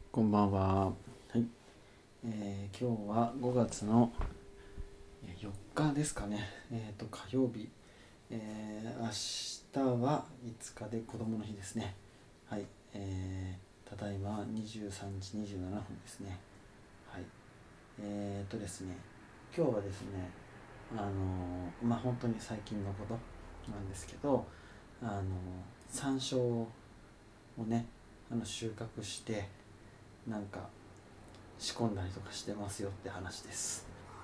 こんばんは。はい、今日は5月の4日ですかね。火曜日。明日は5日で子供の日ですね。はい。ただいま23時27分ですね。はい。ですね。今日はですね、本当に最近のことなんですけど、あの山椒をね、収穫して、なんか仕込んだりとかしてますよって話です。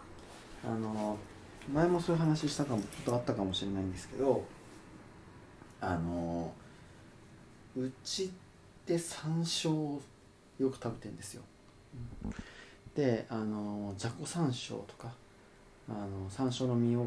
前もそういう話したことあったかもしれないんですけど、うちで山椒をよく食べてるんですよ。で、じゃこ山椒とか、山椒の実を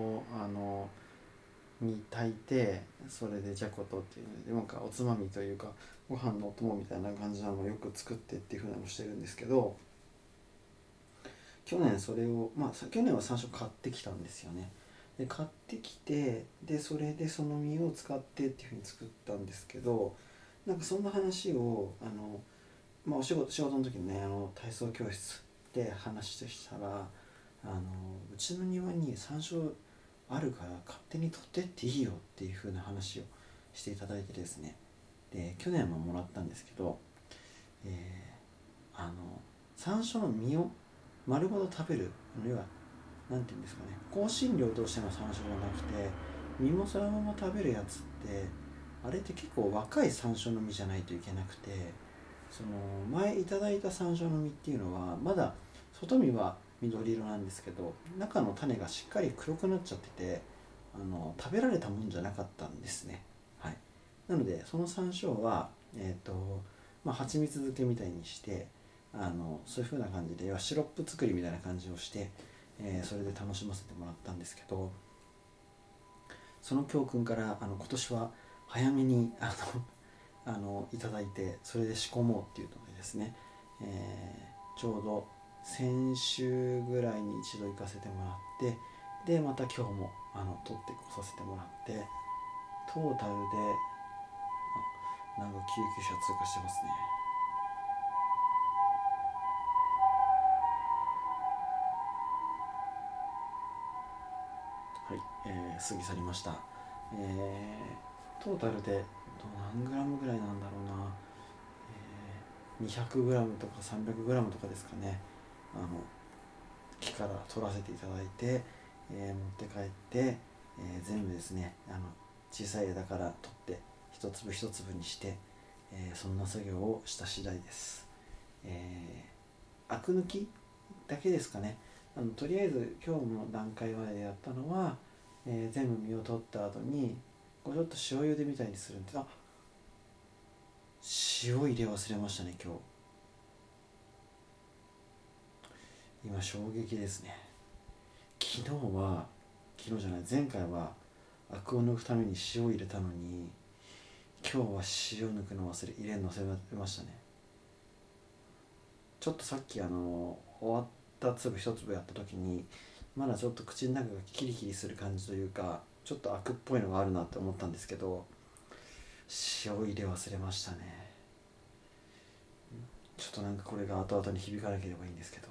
に炊いて、それでじゃことっていうので、なんかおつまみというかご飯のお供みたいな感じなのをよく作ってっていう風なのをしてるんですけど、去年それを去年は山椒買ってきたんですよね。で買ってきて、でそれでその実を使ってっていうふうに作ったんですけど、なんかそんな話を仕事の時にね、体操教室で話したら、うちの庭に山椒あるから勝手に取ってっていいよっていう風な話をしていただいてですね、で去年ももらったんですけど、えあの山椒の実を丸ごと食べる、要はなんていうんですかね、香辛料としての山椒じゃなくて実もそのまま食べるやつって、あれって結構若い山椒の実じゃないといけなくて、その前いただいた山椒の実っていうのはまだ外見は緑色なんですけど、中の種がしっかり黒くなっちゃってて、食べられたもんじゃなかったんですね。はい。なのでその山椒は蜂蜜漬けみたいにして、そういう風な感じで、要はシロップ作りみたいな感じをして、それで楽しませてもらったんですけど、その教訓から今年は早めにいただいて、それで仕込もうっていうのでですね、ちょうど先週ぐらいに一度行かせてもらって、でまた今日も取ってこさせてもらって、トータルでなんか救急車通過してますね。はい、過ぎ去りました。トータルで何グラムぐらいなんだろうな、200グラムとか300グラムとかですかね。木から取らせていただいて、持って帰って、全部ですね、小さい枝から取って一粒一粒にして、そんな作業をした次第です。アク抜きだけですかね。とりあえず今日の段階までやったのは、全部実を取った後にこうちょっと塩茹でみたいにするんで、塩入れ忘れましたね。今衝撃ですね。昨日じゃない、前回はアクを抜くために塩を入れたのに、今日は塩抜くの忘れ、入れるの忘れましたね。ちょっとさっき終わった粒一粒やった時に、まだちょっと口の中がキリキリする感じというか、ちょっとアクっぽいのがあるなって思ったんですけど、塩入れ忘れましたね。ちょっとなんかこれが後々に響かなければいいんですけど、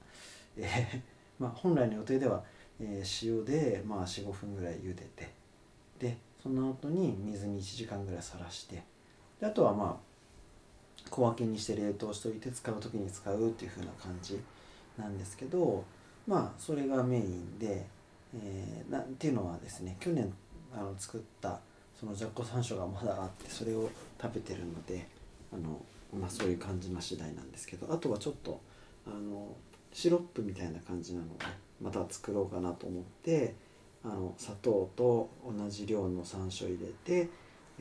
本来の予定では、塩で4、5分ぐらい茹でて、でその後に水に1時間ぐらいさらして、であとは小分けにして冷凍しておいて使う時に使うっていう風な感じなんですけど、それがメインで、っていうのはですね、去年作ったそのじゃこ山椒がまだあって、それを食べてるので、そういう感じの次第なんですけど、あとはちょっとシロップみたいな感じなのでまた作ろうかなと思って、砂糖と同じ量の山椒入れて、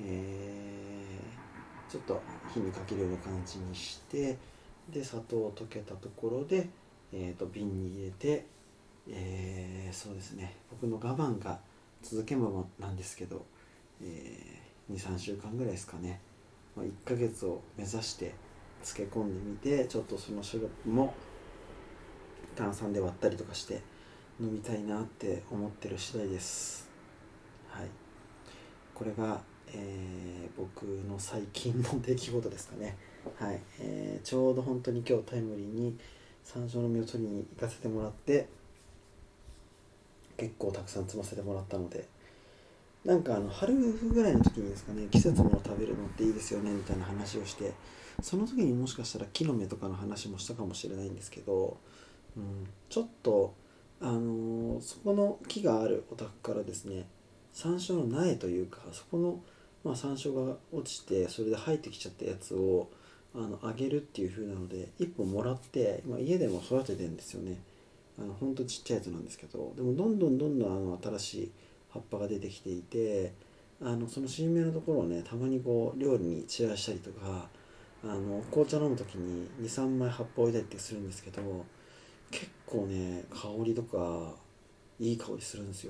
ちょっと火にかけるような感じにして、で砂糖を溶けたところで、瓶に入れて、そうですね、僕の我慢が続けばなんですけど、23週間ぐらいですかね、1ヶ月を目指して漬け込んでみて、ちょっとそのシロップも炭酸で割ったりとかして飲みたいなって思ってる次第です。はい、これが僕の最近の出来事ですかね。はい、ちょうど本当に今日タイムリーに山椒の実を取りに行かせてもらって、結構たくさん摘ませてもらったので、なんか春ぐらいの時にですかね、季節のもの食べるのっていいですよねみたいな話をして、その時にもしかしたら木の芽とかの話もしたかもしれないんですけど、ちょっとそこの木があるお宅からですね、山椒の苗というか、そこの、山椒が落ちてそれで生えてきちゃったやつをあげるっていう風なので1本もらって、家でも育ててるんですよね。ほんとちっちゃいやつなんですけど、でもどんどんどんどん新しい葉っぱが出てきていて、その新芽のところをね、たまにこう料理に散らしたりとか、紅茶飲む時に23枚葉っぱ置いたりってするんですけど、結構ね香りとかいい香りするんですよ。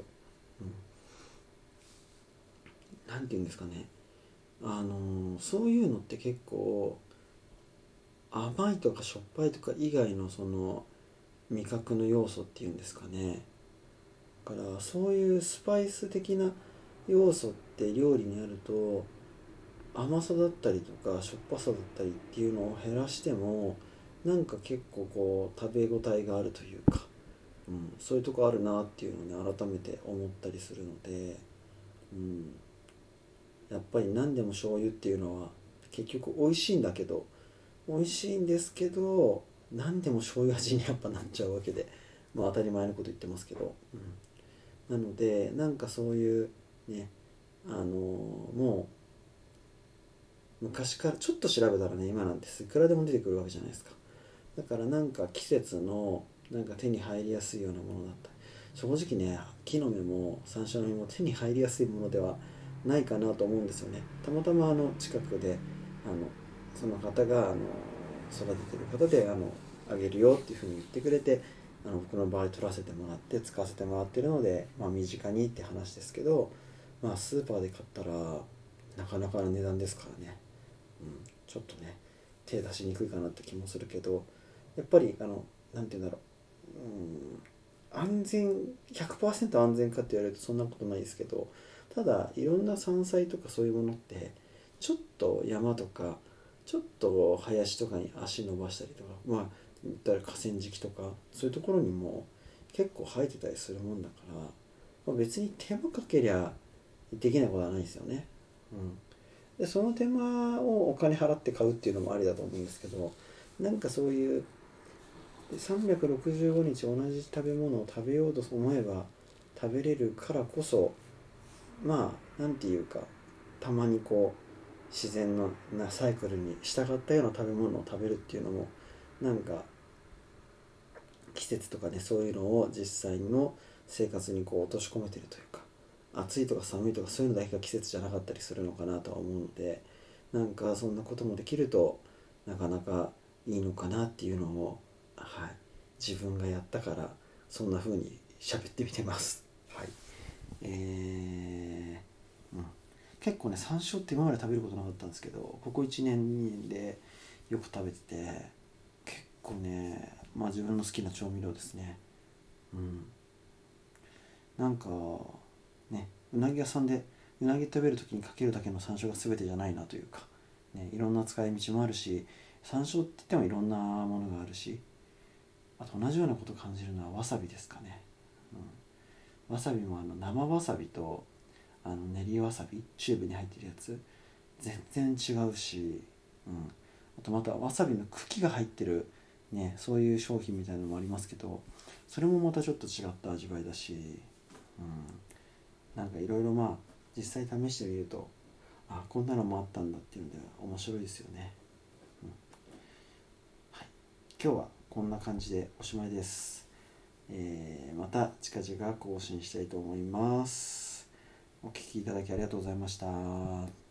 なんて言うんですかね、そういうのって結構甘いとかしょっぱいとか以外のその味覚の要素っていうんですかね。だからそういうスパイス的な要素って料理にあると、甘さだったりとかしょっぱさだったりっていうのを減らしても、なんか結構こう食べ応えがあるというか、そういうとこあるなっていうのをね改めて思ったりするので、うん、やっぱり何でも醤油っていうのは結局美味しいんだけど、美味しいんですけど、何でも醤油味にやっぱなっちゃうわけで、当たり前のこと言ってますけど、なのでなんかそういうね、もう昔からちょっと調べたらね、今なんていくらでも出てくるわけじゃないですか。だからなんか季節のなんか手に入りやすいようなものだったり、正直ね木の芽も山椒の実も手に入りやすいものではないかなと思うんですよね。たまたま近くでその方が育ててる方であげるよっていうふうに言ってくれて、僕の場合取らせてもらって使わせてもらってるので、身近にって話ですけど、スーパーで買ったらなかなかの値段ですからね、ちょっとね手出しにくいかなって気もするけど、やっぱりなんて言うんだろう、安全100% 安全かって言われるとそんなことないですけど、ただいろんな山菜とかそういうものってちょっと山とかちょっと林とかに足伸ばしたりとか、言ったら河川敷とかそういうところにも結構生えてたりするもんだから、別に手間かけりゃできないことはないですよね。でその手間をお金払って買うっていうのもありだと思うんですけど、なんかそういう365日同じ食べ物を食べようと思えば食べれるからこそ、なんていうか、たまにこう自然のなサイクルに従ったような食べ物を食べるっていうのも、なんか季節とかね、そういうのを実際の生活にこう落とし込めてるというか、暑いとか寒いとかそういうのだけが季節じゃなかったりするのかなとは思うので、なんかそんなこともできるとなかなかいいのかなっていうのを、自分がやったからそんな風に喋ってみてます。はい。結構ね山椒って今まで食べることなかったんですけど、ここ1年2年でよく食べてて、結構ね自分の好きな調味料ですね。なんかね、うなぎ屋さんでうなぎ食べるときにかけるだけの山椒が全てじゃないなというか、いろんな使い道もあるし、山椒って言ってもいろんなものがあるし、あと同じようなことを感じるのはわさびですかね。わさびも生わさびと練りわさびチューブに入ってるやつ全然違うし、あとまたわさびの茎が入ってるそういう商品みたいなのもありますけど、それもまたちょっと違った味わいだし、なんかいろいろ実際試してみると、こんなのもあったんだっていうので面白いですよね。はい、今日はこんな感じでおしまいです。また近々更新したいと思います。お聞きいただきありがとうございました。